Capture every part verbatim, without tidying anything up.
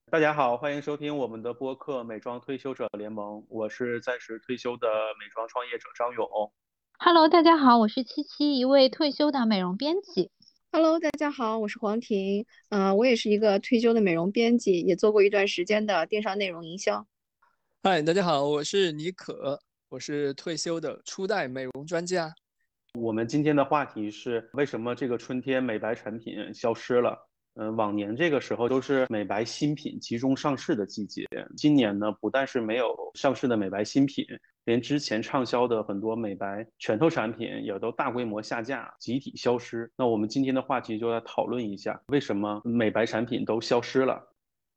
大家好，欢迎收听我们的播客《美妆退休者联盟》，我是暂时退休的美妆创业者张勇。 Hello，大家好，我是七七，一位退休的美容编辑。 Hello，大家好，我是黄婷，嗯、我也是一个退休的美容编辑，也做过一段时间的电商内容营销。 嗨，大家好，我是妮可，我是退休的初代美容专家。 我们今天的话题是为什么这个春天美白产品消失了？嗯，往年这个时候都是美白新品集中上市的季节，今年呢，不但是没有上市的美白新品，连之前畅销的很多美白拳头产品也都大规模下架，集体消失。那我们今天的话题就来讨论一下，为什么美白产品都消失了？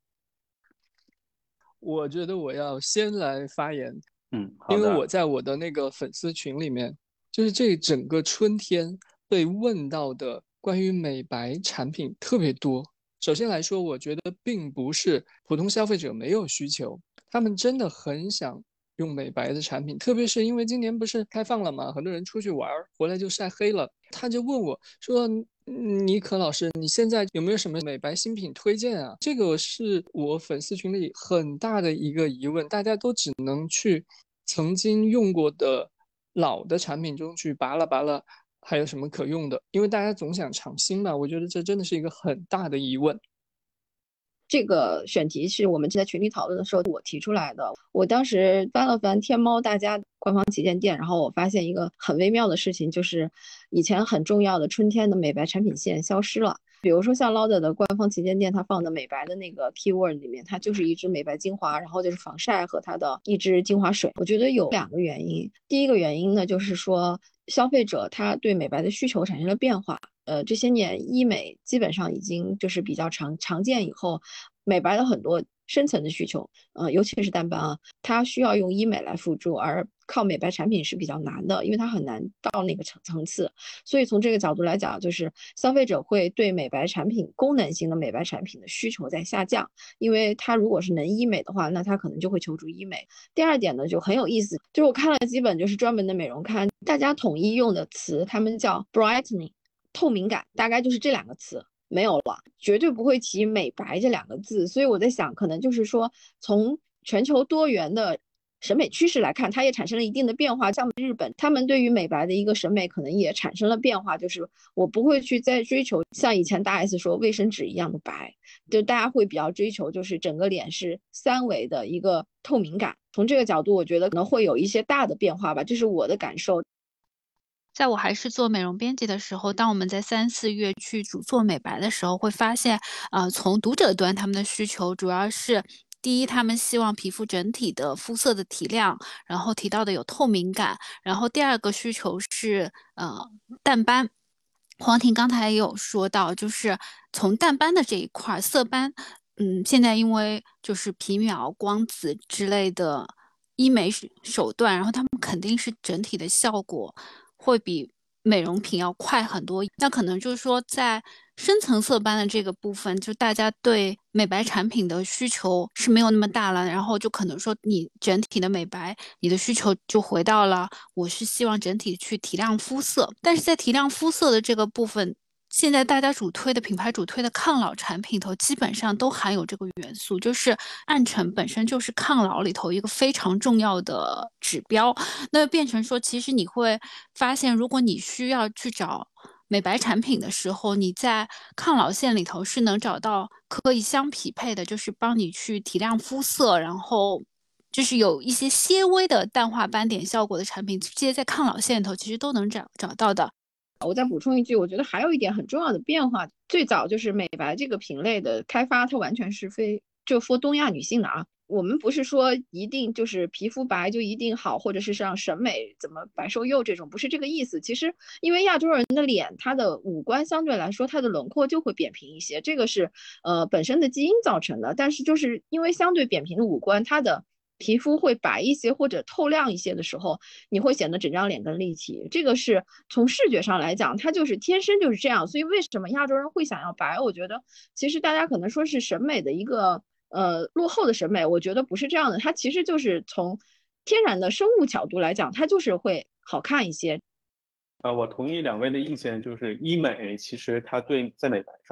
我觉得我要先来发言， 嗯，好因为我的。 在我的那个粉丝群里面，就是这整个春天被问到的关于美白产品特别多。首先来说，我觉得并不是普通消费者没有需求，他们真的很想用美白的产品，特别是因为今年不是开放了嘛，很多人出去玩回来就晒黑了，他就问我说：嗯妮可老师，你现在有没有什么美白新品推荐啊？这个是我粉丝群里很大的一个疑问，大家都只能去曾经用过的老的产品中去拔了拔了，还有什么可用的？因为大家总想尝新嘛，我觉得这真的是一个很大的疑问。 这个选题是我们在群里讨论的时候我提出来的。我当时翻了翻天猫大家官方旗舰店，然后我发现一个很微妙的事情，就是以前很重要的春天的美白产品线消失了。比如说像 Lauder 的官方旗舰店，它放的美白的那个 keyword 里面，它就是一支美白精华，然后就是防晒和它的一支精华水。我觉得有两个原因，第一个原因呢，就是说消费者他对美白的需求产生了变化。呃，这些年医美基本上已经就是比较常常见，以后美白的很多深层的需求，呃，尤其是淡斑啊，它需要用医美来辅助，而靠美白产品是比较难的，因为它很难到那个层层次。所以从这个角度来讲，就是消费者会对美白产品功能性的美白产品的需求在下降，因为它如果是能医美的话，那它可能就会求助医美。第二点呢，就很有意思，就是我看了几本就是专门的美容刊，大家统一用的词，他们叫 brightening。透明感，大概就是这两个词没有了，绝对不会提美白这两个字。所以我在想，可能就是说，从全球多元的审美趋势来看，它也产生了一定的变化。像日本，他们对于美白的一个审美可能也产生了变化，就是我不会去再追求像以前大 S 说卫生纸一样的白，就大家会比较追求就是整个脸是三维的一个透明感。从这个角度，我觉得可能会有一些大的变化吧，这是我的感受。 在我还是做美容编辑的时候，当我们在三四月去主做美白的时候，会发现，呃，从读者端他们的需求主要是。第一，他们希望皮肤整体的肤色的提亮，然后提到的有透明感。然后第二个需求是呃淡斑。黄婷刚才也有说到，就是从淡斑的这一块色斑，嗯，现在因为就是皮秒、光子之类的医美手段，然后他们肯定是整体的效果会比美容品要快很多。那可能就是说，在深层色斑的这个部分，就大家对美白产品的需求是没有那么大了，然后就可能说你整体的美白，你的需求就回到了我是希望整体去提亮肤色，但是在提亮肤色的这个部分。现在大家主推的品牌主推的抗老产品头，基本上都含有这个元素，就是暗沉本身就是抗老里头一个非常重要的指标。那变成说，其实你会发现，如果你需要去找美白产品的时候，你在抗老线里头是能找到可以相匹配的，就是帮你去提亮肤色，然后就是有一些些微的淡化斑点效果的产品，这些在抗老线里头其实都能找找到的。 我再补充一句，我觉得还有一点很重要的变化，最早就是美白这个品类的开发，它完全是非就 for 东亚女性的啊。我们不是说一定就是皮肤白就一定好，或者是让审美怎么白瘦幼这种，不是这个意思。其实因为亚洲人的脸，它的五官相对来说它的轮廓就会扁平一些，这个是呃本身的基因造成的。但是就是因为相对扁平的五官，它的皮肤会白一些或者透亮一些的时候，你会显得整张脸更立体。这个是从视觉上来讲，它就是天生就是这样。所以为什么亚洲人会想要白？我觉得其实大家可能说是审美的一个呃落后的审美，我觉得不是这样的。它其实就是从天然的生物角度来讲，它就是会好看一些。 呃，我同意两位的意见，就是医美其实它对在美白上边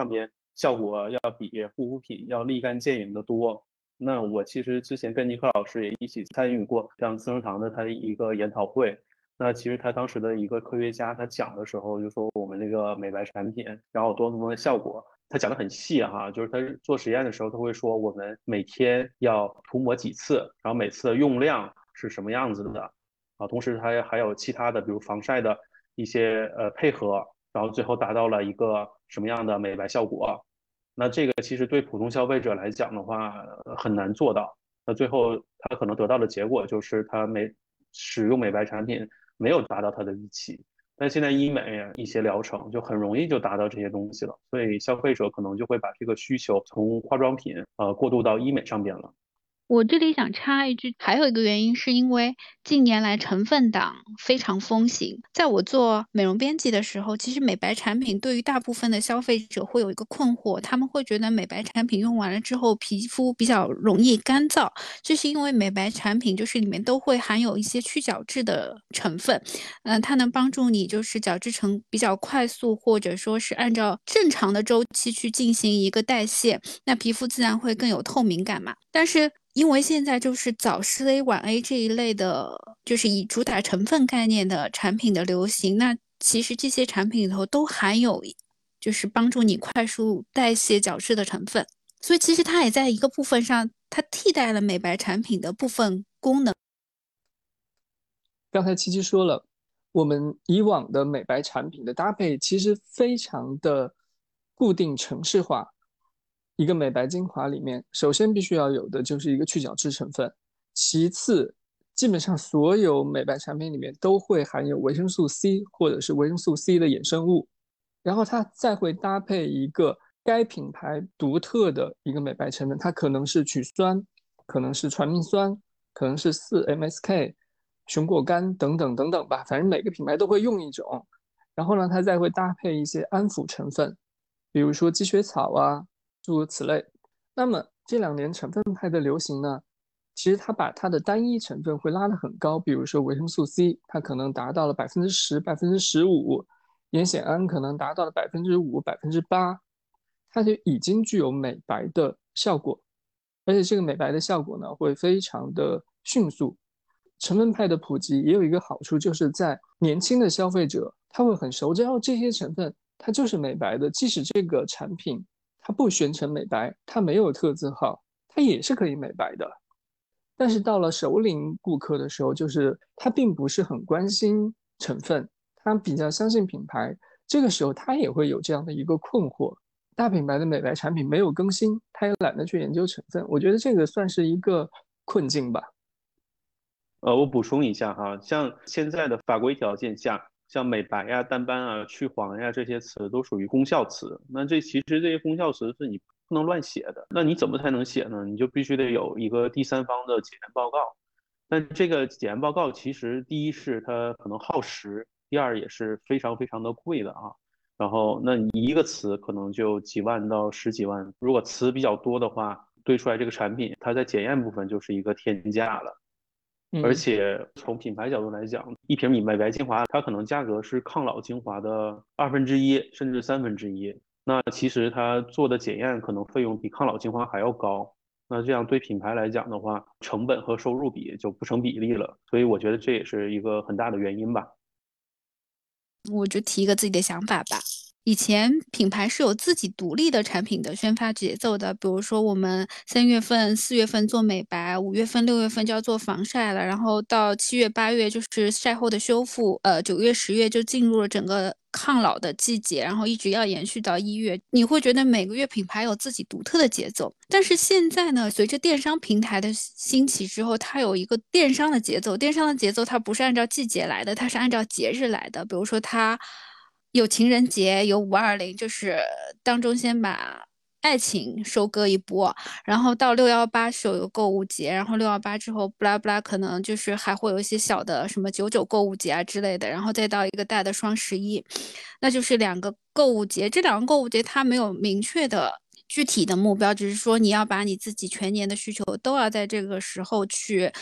效果要比护肤品要立竿见影的多。那我其实之前跟尼克老师也一起参与过像资生堂的他的一个研讨会，那其实他当时的一个科学家他讲的时候就说我们这个美白产品然后多么多的效果，他讲的很细哈，就是他做实验的时候他会说我们每天要涂抹几次，然后每次的用量是什么样子的啊，同时它还有其他的比如防晒的一些呃配合，然后最后达到了一个什么样的美白效果。那这个其实对普通消费者来讲的话很难做到，那最后他可能得到的结果就是他美使用美白产品没有达到他的预期。但现在医美一些疗程就很容易就达到这些东西了，所以消费者可能就会把这个需求从化妆品呃过渡到医美上边了。 我这里想插一句，还有一个原因是因为近年来成分党非常风行。在我做美容编辑的时候，其实美白产品对于大部分的消费者会有一个困惑，他们会觉得美白产品用完了之后皮肤比较容易干燥，这是因为美白产品就是里面都会含有一些去角质的成分，嗯、呃，它能帮助你就是角质层比较快速，或者说是按照正常的周期去进行一个代谢，那皮肤自然会更有透明感嘛。但是因为现在就是早施 A 晚 A 这一类的，就是以主打成分概念的产品的流行，那其实这些产品里头都含有就是帮助你快速代谢角质的成分，所以其实它也在一个部分上，它替代了美白产品的部分功能。 刚才七七说了，我们以往的美白产品的搭配其实非常的固定程式化。一个美白精华里面，首先必须要有的就是一个去角质成分，其次，基本上所有美白产品里面都会含有维生素 C 或者是维生素 C 的衍生物，然后它再会搭配一个该品牌独特的一个美白成分，它可能是曲酸，可能是传明酸，可能是 四 M S K、熊果苷等等等等吧，反正每个品牌都会用一种。然后呢，它再会搭配一些安抚成分，比如说积雪草啊，诸如此类。那么这两年成分派的流行呢，其实它把它的单一成分会拉得很高，比如说维生素 C， 它可能达到了百分之十、百分之十五，烟酰胺可能达到了百分之五、百分之八，它就已经具有美白的效果，而且这个美白的效果呢，会非常的迅速。成分派的普及也有一个好处，就是在年轻的消费者，他会很熟知道这些成分它就是美白的，即使这个产品它不宣称美白，它没有特字号，它也是可以美白的。但是到了熟龄顾客的时候，就是他并不是很关心成分，他比较相信品牌，这个时候他也会有这样的一个困惑。大品牌的美白产品没有更新，他也懒得去研究成分，我觉得这个算是一个困境吧。 呃，我补充一下哈，像现在的法规条件下，像美白呀、淡斑啊、去黄呀这些词都属于功效词。那这其实这些功效词是你不能乱写的。那你怎么才能写呢？你就必须得有一个第三方的检验报告。但这个检验报告其实第一是它可能耗时，第二也是非常非常的贵的啊。然后那你一个词可能就几万到十几万，如果词比较多的话，堆出来这个产品，它在检验部分就是一个天价了。而且从品牌角度来讲，一瓶米美白精华，它可能价格是抗老精华的二分之一甚至三分之一。那其实它做的检验可能费用比抗老精华还要高。那这样对品牌来讲的话，成本和收入比就不成比例了。所以我觉得这也是一个很大的原因吧。 我就提一个自己的想法吧。以前品牌是有自己独立的产品的宣发节奏的，比如说我们三月份、四月份做美白，五月份、六月份就要做防晒了，然后到七月、八月就是晒后的修复，呃，九月、十月就进入了整个抗老的季节，然后一直要延续到一月。你会觉得每个月品牌有自己独特的节奏，但是现在呢，随着电商平台的兴起之后，它有一个电商的节奏，电商的节奏它不是按照季节来的，它是按照节日来的，比如说它有情人节，有五二零，就是当中先把爱情收割一波，然后到六幺八是有一个购物节，然后六幺八之后布拉布拉可能就是还会有一些小的什么九九购物节啊之类的，然后再到一个大的双十一，那就是两个购物节。这两个购物节它没有明确的具体的目标，只是说你要把你自己全年的需求都要在这个时候去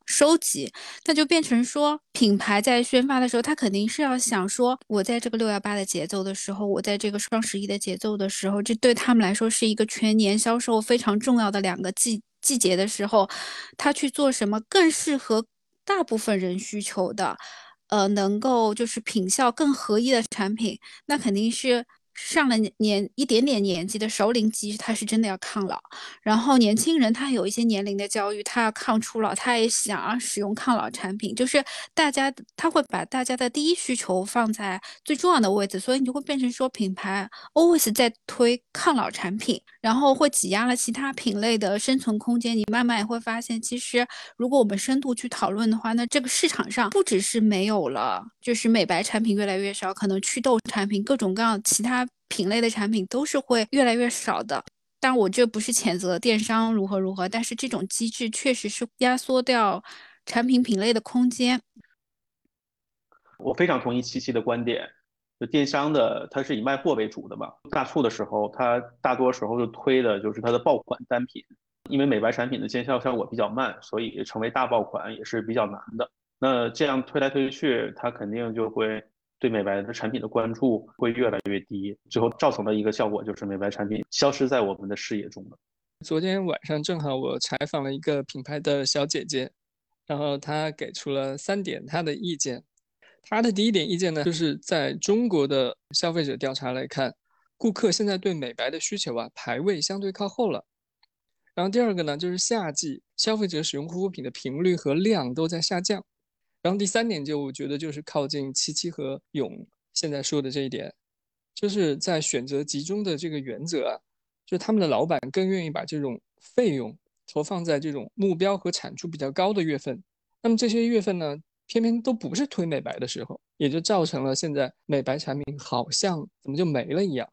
收集，那就变成说品牌在宣发的时候，他肯定是要想说，我在这个六幺八的节奏的时候，我在这个双十一的节奏的时候，这对他们来说是一个全年销售非常重要的两个季季节的时候，他去做什么更适合大部分人需求的，呃，能够就是品效更合一的产品，那肯定是上了年一点点年纪的熟龄肌，他是真的要抗老。然后年轻人他有一些年龄的焦虑，他要抗初老，他也想要使用抗老产品，就是大家他会把大家的第一需求放在最重要的位置，所以你就会变成说品牌 always 在推抗老产品，然后会挤压了其他品类的生存空间。你慢慢也会发现，其实如果我们深度去讨论的话，那这个市场上不只是没有了，就是美白产品越来越少，可能祛痘产品各种各样其他品类的产品都是会越来越少的。但我这不是谴责电商如何如何，但是这种机制确实是压缩掉产品品类的空间。 我非常同意琪琪的观点，就电商的它是以卖货为主的嘛，大促的时候，它大多时候就推的就是它的爆款单品，因为美白产品的见效效果比较慢，所以成为大爆款也是比较难的。那这样推来推去，它肯定就会对美白的产品的关注会越来越低，最后造成的一个效果就是美白产品消失在我们的视野中了。 昨天晚上正好我采访了一个品牌的小姐姐，然后她给出了三点她的意见。她的第一点意见呢，就是在中国的消费者调查来看，顾客现在对美白的需求啊排位相对靠后了。然后第二个呢，就是夏季消费者使用护肤品的频率和量都在下降。然后第三点就我觉得就是靠近七七和勇现在说的这一点，就是在选择集中的这个原则啊，就是他们的老板更愿意把这种费用投放在这种目标和产出比较高的月份。那么这些月份呢，偏偏都不是推美白的时候，也就造成了现在美白产品好像怎么就没了一样。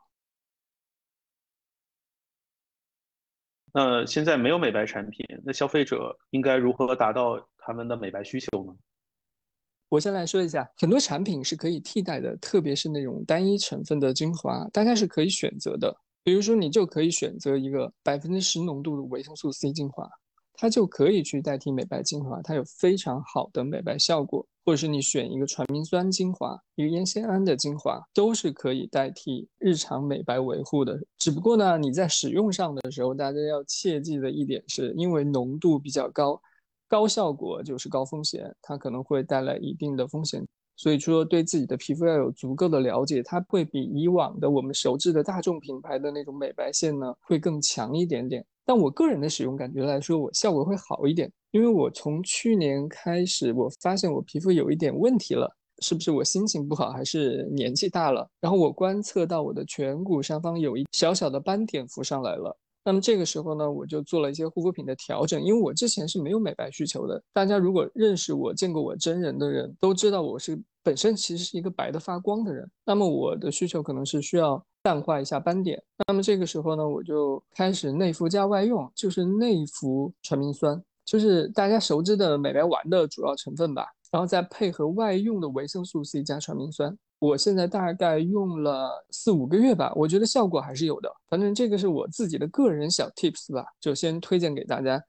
那现在没有美白产品，那消费者应该如何达到他们的美白需求呢？ 我先来说一下，很多产品是可以替代的，特别是那种单一成分的精华，大家是可以选择的。比如说，你就可以选择一个百分之十浓度的维生素 C 精华，它就可以去代替美白精华，它有非常好的美白效果。或者是你选一个传明酸精华，一个烟酰胺的精华，都是可以代替日常美白维护的。只不过呢，你在使用上的时候，大家要切记的一点是，因为浓度比较高，高效果就是高风险，它可能会带来一定的风险。所以说对自己的皮肤要有足够的了解，它会比以往的我们熟知的大众品牌的那种美白线呢会更强一点点。但我个人的使用感觉来说，我效果会好一点，因为我从去年开始，我发现我皮肤有一点问题了，是不是我心情不好，还是年纪大了？然后我观测到我的颧骨上方有一小小的斑点浮上来了。那么这个时候呢，我就做了一些护肤品的调整，因为我之前是没有美白需求的。大家如果认识我、见过我真人的人都知道，我是本身其实是一个白的发光的人。那么我的需求可能是需要淡化一下斑点。那么这个时候呢，我就开始内服加外用，就是内服传明酸，就是大家熟知的美白丸的主要成分吧，然后再配合外用的维生素 C 加传明酸。我现在大概用了四五个月吧，我觉得效果还是有的。反正这个是我自己的个人小 tips 吧，就先推荐给大家。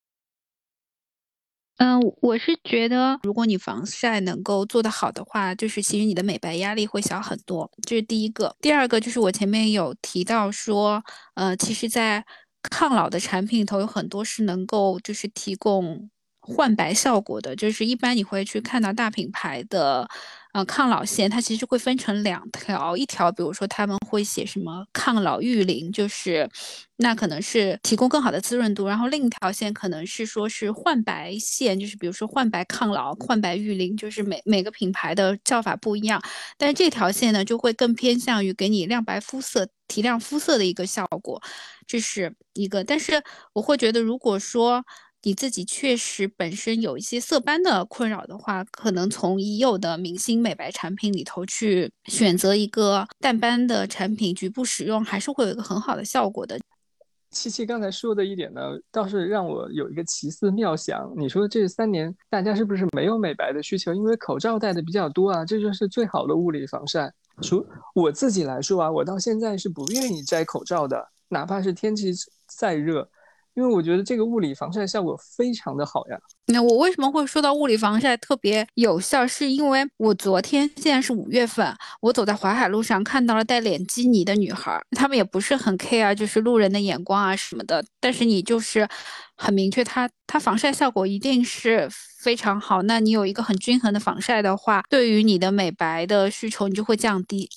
嗯，我是觉得，如果你防晒能够做得好的话，就是其实你的美白压力会小很多，这是第一个。第二个就是我前面有提到说，呃，其实在抗老的产品里头有很多是能够就是提供焕白效果的，就是一般你会去看到大品牌的呃抗老线，它其实会分成两条，一条比如说他们会写什么抗老育龄，就是那可能是提供更好的滋润度，然后另一条线可能是说是焕白线，就是比如说焕白抗老、焕白育龄，就是每每个品牌的叫法不一样，但是这条线呢就会更偏向于给你亮白肤色、提亮肤色的一个效果，这是一个。但是我会觉得，如果说你自己确实本身有一些色斑的困扰的话，可能从已有的明星美白产品里头去选择一个淡斑的产品，局部使用还是会有一个很好的效果的。 七七刚才说的一点呢，倒是让我有一个奇思妙想。你说这三年大家是不是没有美白的需求？因为口罩戴的比较多啊，这就是最好的物理防晒。除我自己来说啊，我到现在是不愿意摘口罩的，哪怕是天气再热。 因为我觉得这个物理防晒效果非常的好呀。 那我为什么会说到物理防晒特别有效，是因为我昨天，现在是五月份，我走在淮海路上看到了戴脸基尼的女孩，她们也不是很 care 就是路人的眼光啊什么的，但是你就是很明确它它防晒效果一定是非常好，那你有一个很均衡的防晒的话，对于你的美白的需求你就会降低。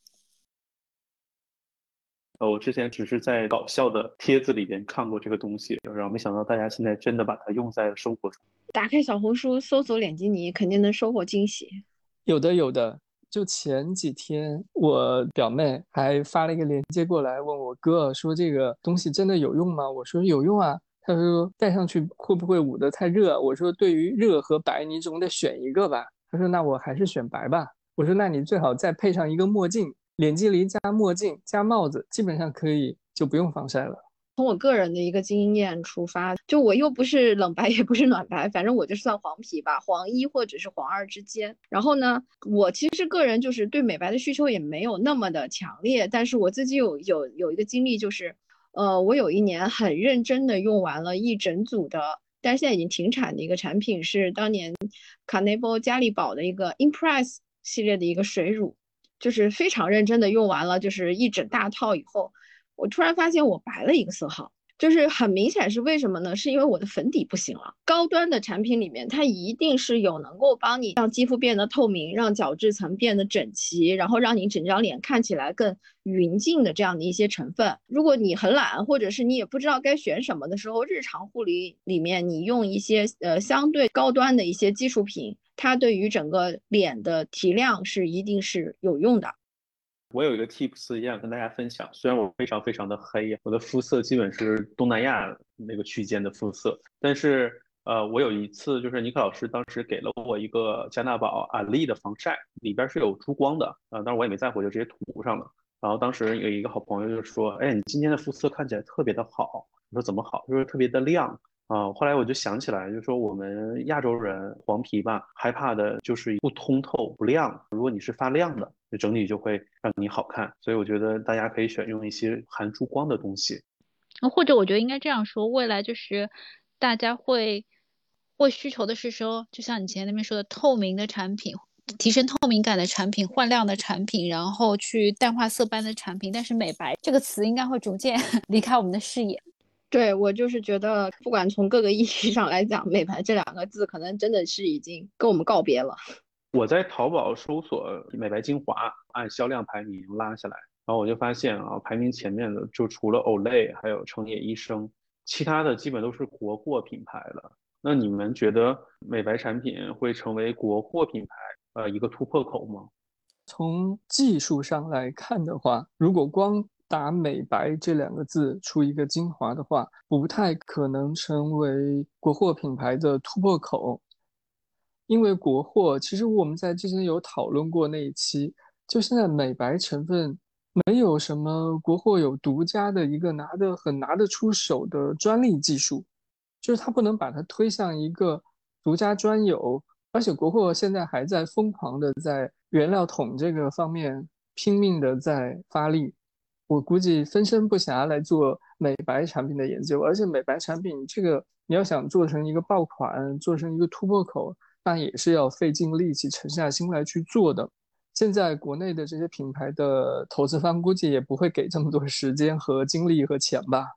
呃，我之前只是在搞笑的帖子里边看过这个东西，然后没想到大家现在真的把它用在了生活中。 打开小红书搜索脸基尼，肯定能收获惊喜。 有的有的，就前几天我表妹还发了一个链接过来，问我哥说这个东西真的有用吗？我说有用啊。他说戴上去会不会捂得太热？我说对于热和白你总得选一个吧。他说那我还是选白吧。我说那你最好再配上一个墨镜，脸基尼加墨镜加帽子，基本上可以就不用防晒了。 从我个人的一个经验出发，就我又不是冷白也不是暖白，反正我就算黄皮吧，黄一或者是黄二之间。然后呢，我其实个人就是对美白的需求也没有那么的强烈，但是我自己有有有一个经历，就是呃，我有一年很认真的用完了一整组的，但是现在已经停产的一个产品，是当年卡内波嘉利宝的一个 Impress 系列的一个水乳，就是非常认真的用完了，就是一整大套以后，我突然发现我白了一个色号，就是很明显是为什么呢？是因为我的粉底不行了。高端的产品里面，它一定是有能够帮你让肌肤变得透明，让角质层变得整齐，然后让你整张脸看起来更匀净的这样的一些成分。如果你很懒，或者是你也不知道该选什么的时候，日常护理里面你用一些呃相对高端的一些基础品，它对于整个脸的提亮是一定是有用的。 我有一个 tips 也想跟大家分享，虽然我非常非常的黑，我的肤色基本是东南亚那个区间的肤色，但是呃，我有一次就是尼克老师当时给了我一个加纳宝安利的防晒，里边是有珠光的，呃，当然我也没在乎，就直接涂上了。然后当时有一个好朋友就说，哎，你今天的肤色看起来特别的好。我说怎么好？就是特别的亮。啊，后来我就想起来，就说我们亚洲人黄皮吧，害怕的就是不通透、不亮。如果你是发亮的，就整体就会让你好看。所以我觉得大家可以选用一些含珠光的东西。 或者我觉得应该这样说，未来就是大家会会需求的是说，就像你前面那边说的，透明的产品，提升透明感的产品，焕亮的产品，然后去淡化色斑的产品。但是美白这个词应该会逐渐离开我们的视野。 对，我就是觉得，不管从各个意义上来讲，美白这两个字可能真的是已经跟我们告别了。 我在淘宝搜索美白精华，按销量排名拉下来，然后我就发现啊，排名前面的就除了 Olay 还有成野医生，其他的基本都是国货品牌了。那你们觉得美白产品会成为国货品牌呃一个突破口吗？ 从技术上来看的话，如果光打美白这两个字出一个精华的话，不太可能成为国货品牌的突破口。因为国货，其实我们在之前有讨论过那一期，就现在美白成分没有什么国货有独家的一个拿得很拿得出手的专利技术，就是它不能把它推向一个独家专有，而且国货现在还在疯狂的在原料桶这个方面拼命的在发力，我估计分身不暇来做美白产品的研究，而且美白产品这个你要想做成一个爆款，做成一个突破口，那也是要费尽力气、沉下心来去做的。现在国内的这些品牌的投资方估计也不会给这么多时间和精力和钱吧。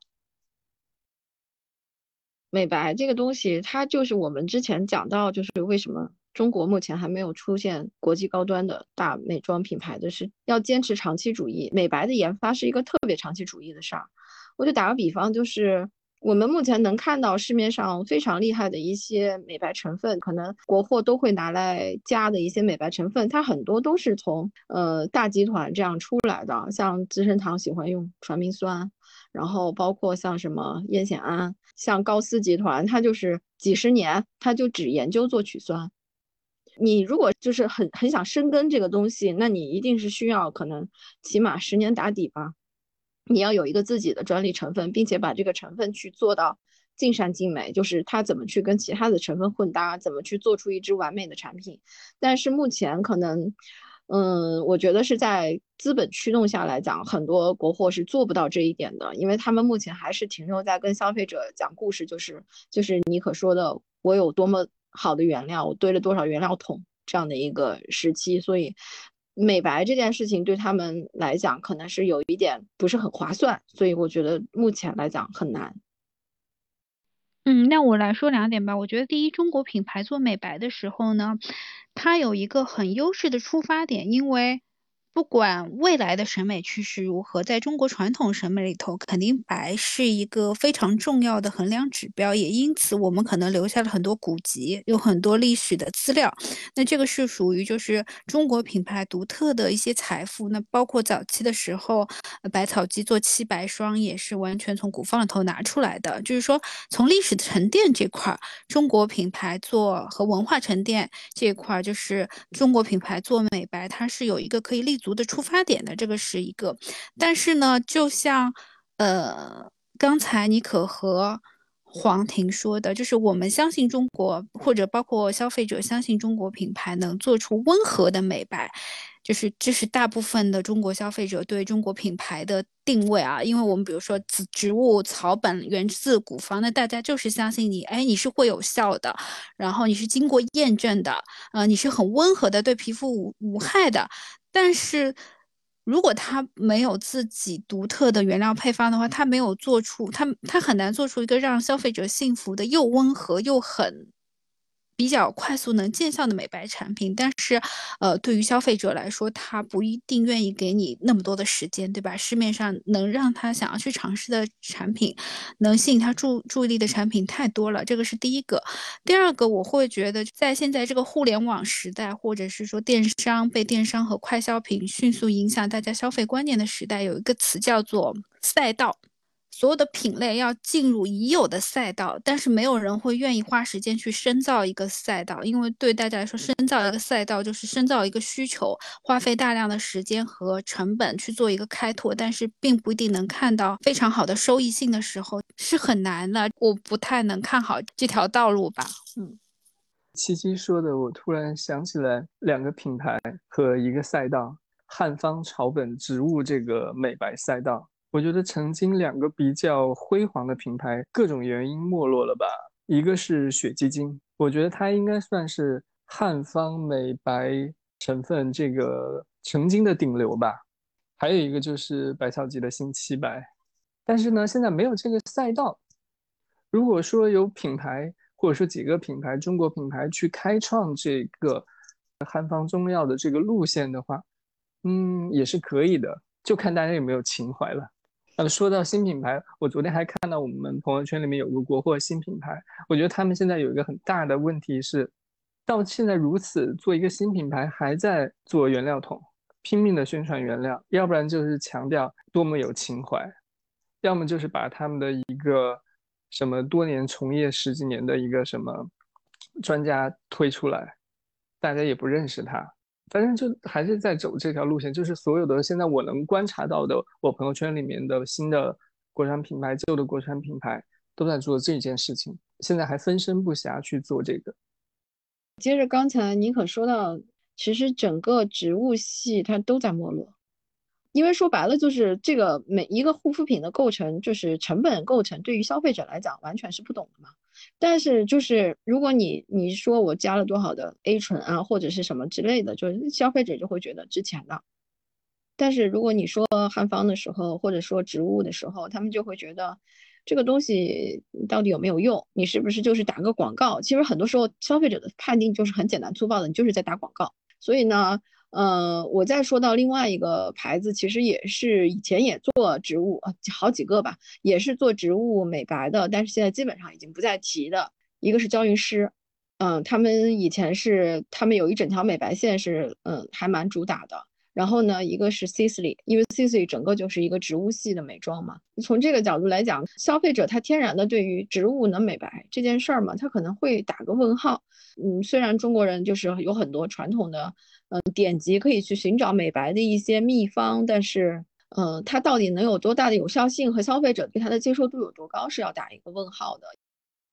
美白这个东西，它就是我们之前讲到，就是为什么中国目前还没有出现国际高端的大美妆品牌的是要坚持长期主义。美白的研发是一个特别长期主义的事儿。我就打个比方，就是我们目前能看到市面上非常厉害的一些美白成分，可能国货都会拿来加的一些美白成分，它很多都是从呃大集团这样出来的，像资生堂喜欢用传明酸，然后包括像什么烟酰胺，像高斯集团，它就是几十年，它就只研究做曲酸。你如果就是很很想深耕这个东西，那你一定是需要可能起码十年打底吧。你要有一个自己的专利成分，并且把这个成分去做到尽善尽美，就是它怎么去跟其他的成分混搭，怎么去做出一支完美的产品。但是目前可能嗯，我觉得是在资本驱动下来讲，很多国货是做不到这一点的，因为他们目前还是停留在跟消费者讲故事，就是就是妮可说的，我有多么好的原料，我堆了多少原料桶这样的一个时期，所以美白这件事情对他们来讲可能是有一点不是很划算，所以我觉得目前来讲很难。 嗯，那我来说两点吧。我觉得第一，中国品牌做美白的时候呢，它有一个很优势的出发点，因为不管未来的审美趋势如何，在中国传统审美里头，肯定白是一个非常重要的衡量指标，也因此我们可能留下了很多古籍，有很多历史的资料。那这个是属于就是中国品牌独特的一些财富。那包括早期的时候，呃百草集做七白霜也是完全从古方里头拿出来的。就是说，从历史沉淀这块儿，中国品牌做和文化沉淀这一块儿，就是中国品牌做美白，它是有一个可以立足的出发点的，这个是一个。但是呢，就像呃刚才妮可和黄婷说的，就是我们相信中国，或者包括消费者相信中国品牌能做出温和的美白，就是这是大部分的中国消费者对中国品牌的定位啊。因为我们比如说植植物草本源自古方，那大家就是相信你，哎，你是会有效的，然后你是经过验证的，呃，你是很温和的，对皮肤无无害的。但是如果它没有自己独特的原料配方的话，它没有做出，它它很难做出一个让消费者信服的又温和又很比较快速能见效的美白产品。但是，呃，对于消费者来说，他不一定愿意给你那么多的时间，对吧？市面上能让他想要去尝试的产品，能吸引他注注意力的产品太多了，这个是第一个。第二个，我会觉得在现在这个互联网时代，或者是说电商被电商和快消品迅速影响大家消费观念的时代，有一个词叫做赛道。所有的品类要进入已有的赛道，但是没有人会愿意花时间去深造一个赛道，因为对大家来说，深造一个赛道就是深造一个需求，花费大量的时间和成本去做一个开拓，但是并不一定能看到非常好的收益性的时候，是很难的。我不太能看好这条道路吧。嗯， 七七说的，我突然想起来两个品牌和一个赛道，汉方草本植物这个美白赛道。我觉得曾经两个比较辉煌的品牌，各种原因没落了吧。一个是雪肌精，我觉得它应该算是汉方美白成分这个曾经的顶流吧。还有一个就是百草集的新七白，但是呢，现在没有这个赛道。如果说有品牌或者说几个品牌，中国品牌去开创这个汉方中药的这个路线的话，嗯，也是可以的，就看大家有没有情怀了。呃，说到新品牌，我昨天还看到我们朋友圈里面有个国货新品牌，我觉得他们现在有一个很大的问题是，到现在如此做一个新品牌，还在做原料桶，拼命的宣传原料，要不然就是强调多么有情怀，要么就是把他们的一个什么多年从业十几年的一个什么专家推出来，大家也不认识他。反正就还是在走这条路线，就是所有的现在我能观察到的，我朋友圈里面的新的国产品牌、旧的国产品牌都在做这件事情，现在还分身不暇去做这个。 接着刚才妮可说到，其实整个植物系它都在没落。因为说白了，就是这个每一个护肤品的构成，就是成本构成，对于消费者来讲完全是不懂的嘛。但是就是如果你你说我加了多少的 A 醇啊，或者是什么之类的，就是消费者就会觉得值钱的。但是如果你说汉方的时候，或者说植物的时候，他们就会觉得这个东西到底有没有用？你是不是就是打个广告？其实很多时候消费者的判定就是很简单粗暴的，你就是在打广告。所以呢，呃，我再说到另外一个牌子，其实也是以前也做植物，呃，好几个吧，也是做植物美白的，但是现在基本上已经不再提的。一个是娇韵诗，嗯，他们以前是他们有一整条美白线是，嗯，还蛮主打的。然后呢，一个是 Sisley， 因为 Sisley 整个就是一个植物系的美妆嘛。从这个角度来讲，消费者他天然的对于植物能美白这件事儿嘛，他可能会打个问号。嗯，虽然中国人就是有很多传统的嗯典籍可以去寻找美白的一些秘方，但是嗯，它到底能有多大的有效性和消费者对它的接受度有多高，是要打一个问号的。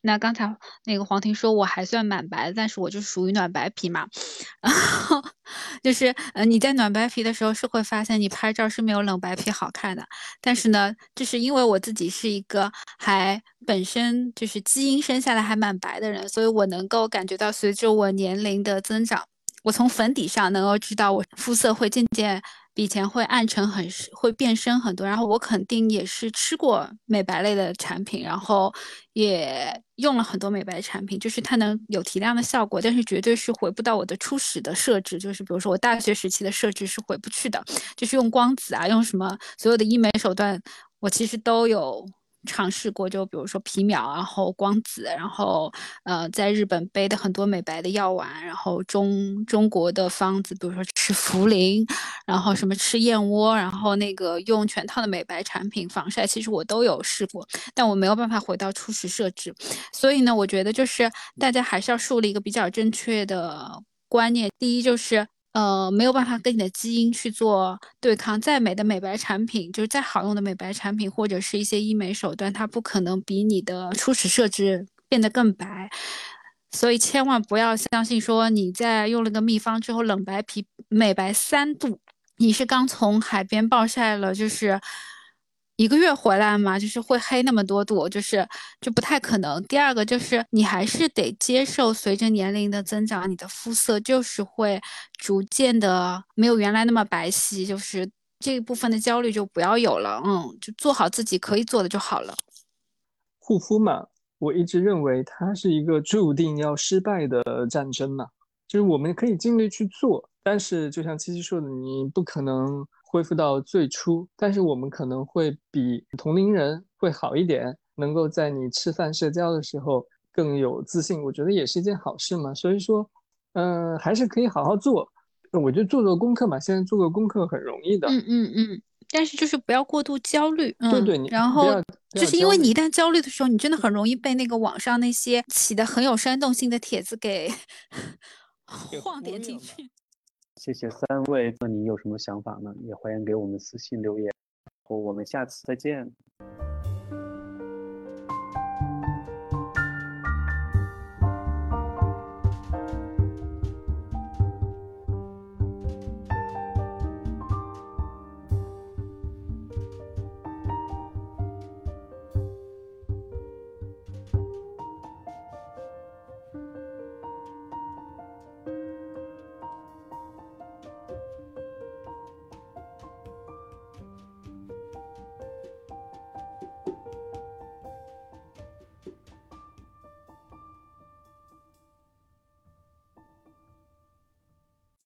那刚才那个黄婷说我还算满白，但是我就属于暖白皮嘛。然后就是呃你在暖白皮的时候是会发现你拍照是没有冷白皮好看的，但是呢，就是因为我自己是一个还本身就是基因生下来还蛮白的人，所以我能够感觉到随着我年龄的增长，我从粉底上能够知道我肤色会渐渐比以前会暗沉很会变深很多，然后我肯定也是吃过美白类的产品，然后也用了很多美白产品，就是它能有提亮的效果，但是绝对是回不到我的初始的设置，就是比如说我大学时期的设置是回不去的，就是用光子啊，用什么所有的医美手段，我其实都有尝试过，就比如说皮秒，然后光子，然后呃，在日本背的很多美白的药丸，然后中中国的方子，比如说吃茯苓，然后什么吃燕窝，然后那个用全套的美白产品、防晒，其实我都有试过，但我没有办法回到初始设置。所以呢，我觉得就是大家还是要树立一个比较正确的观念。第一就是。呃，没有办法跟你的基因去做对抗。再美的美白产品，就是再好用的美白产品，或者是一些医美手段，它不可能比你的初始设置变得更白。所以千万不要相信说你在用了个秘方之后冷白皮美白三度，你是刚从海边暴晒了，就是一个月回来嘛，就是会黑那么多度，就是就不太可能。第二个就是你还是得接受，随着年龄的增长，你的肤色就是会逐渐的没有原来那么白皙，就是这一部分的焦虑就不要有了，嗯，就做好自己可以做的就好了。 护肤嘛，我一直认为它是一个注定要失败的战争嘛，就是我们可以尽力去做，但是就像七七说的，你不可能恢复到最初，但是我们可能会比同龄人会好一点，能够在你吃饭社交的时候更有自信，我觉得也是一件好事嘛。所以说，嗯、呃，还是可以好好做，我就做做功课嘛，现在做个功课很容易的。 嗯嗯嗯。但是就是不要过度焦虑，嗯， 对对，你然后不要不就要焦虑。 是因为你一旦焦虑的时候，你真的很容易被那个网上那些起的很有煽动性的帖子给给晃点进忽悠了。 去。 谢谢三位，那你有什么想法呢？也欢迎给我们私信留言，我们下次再见。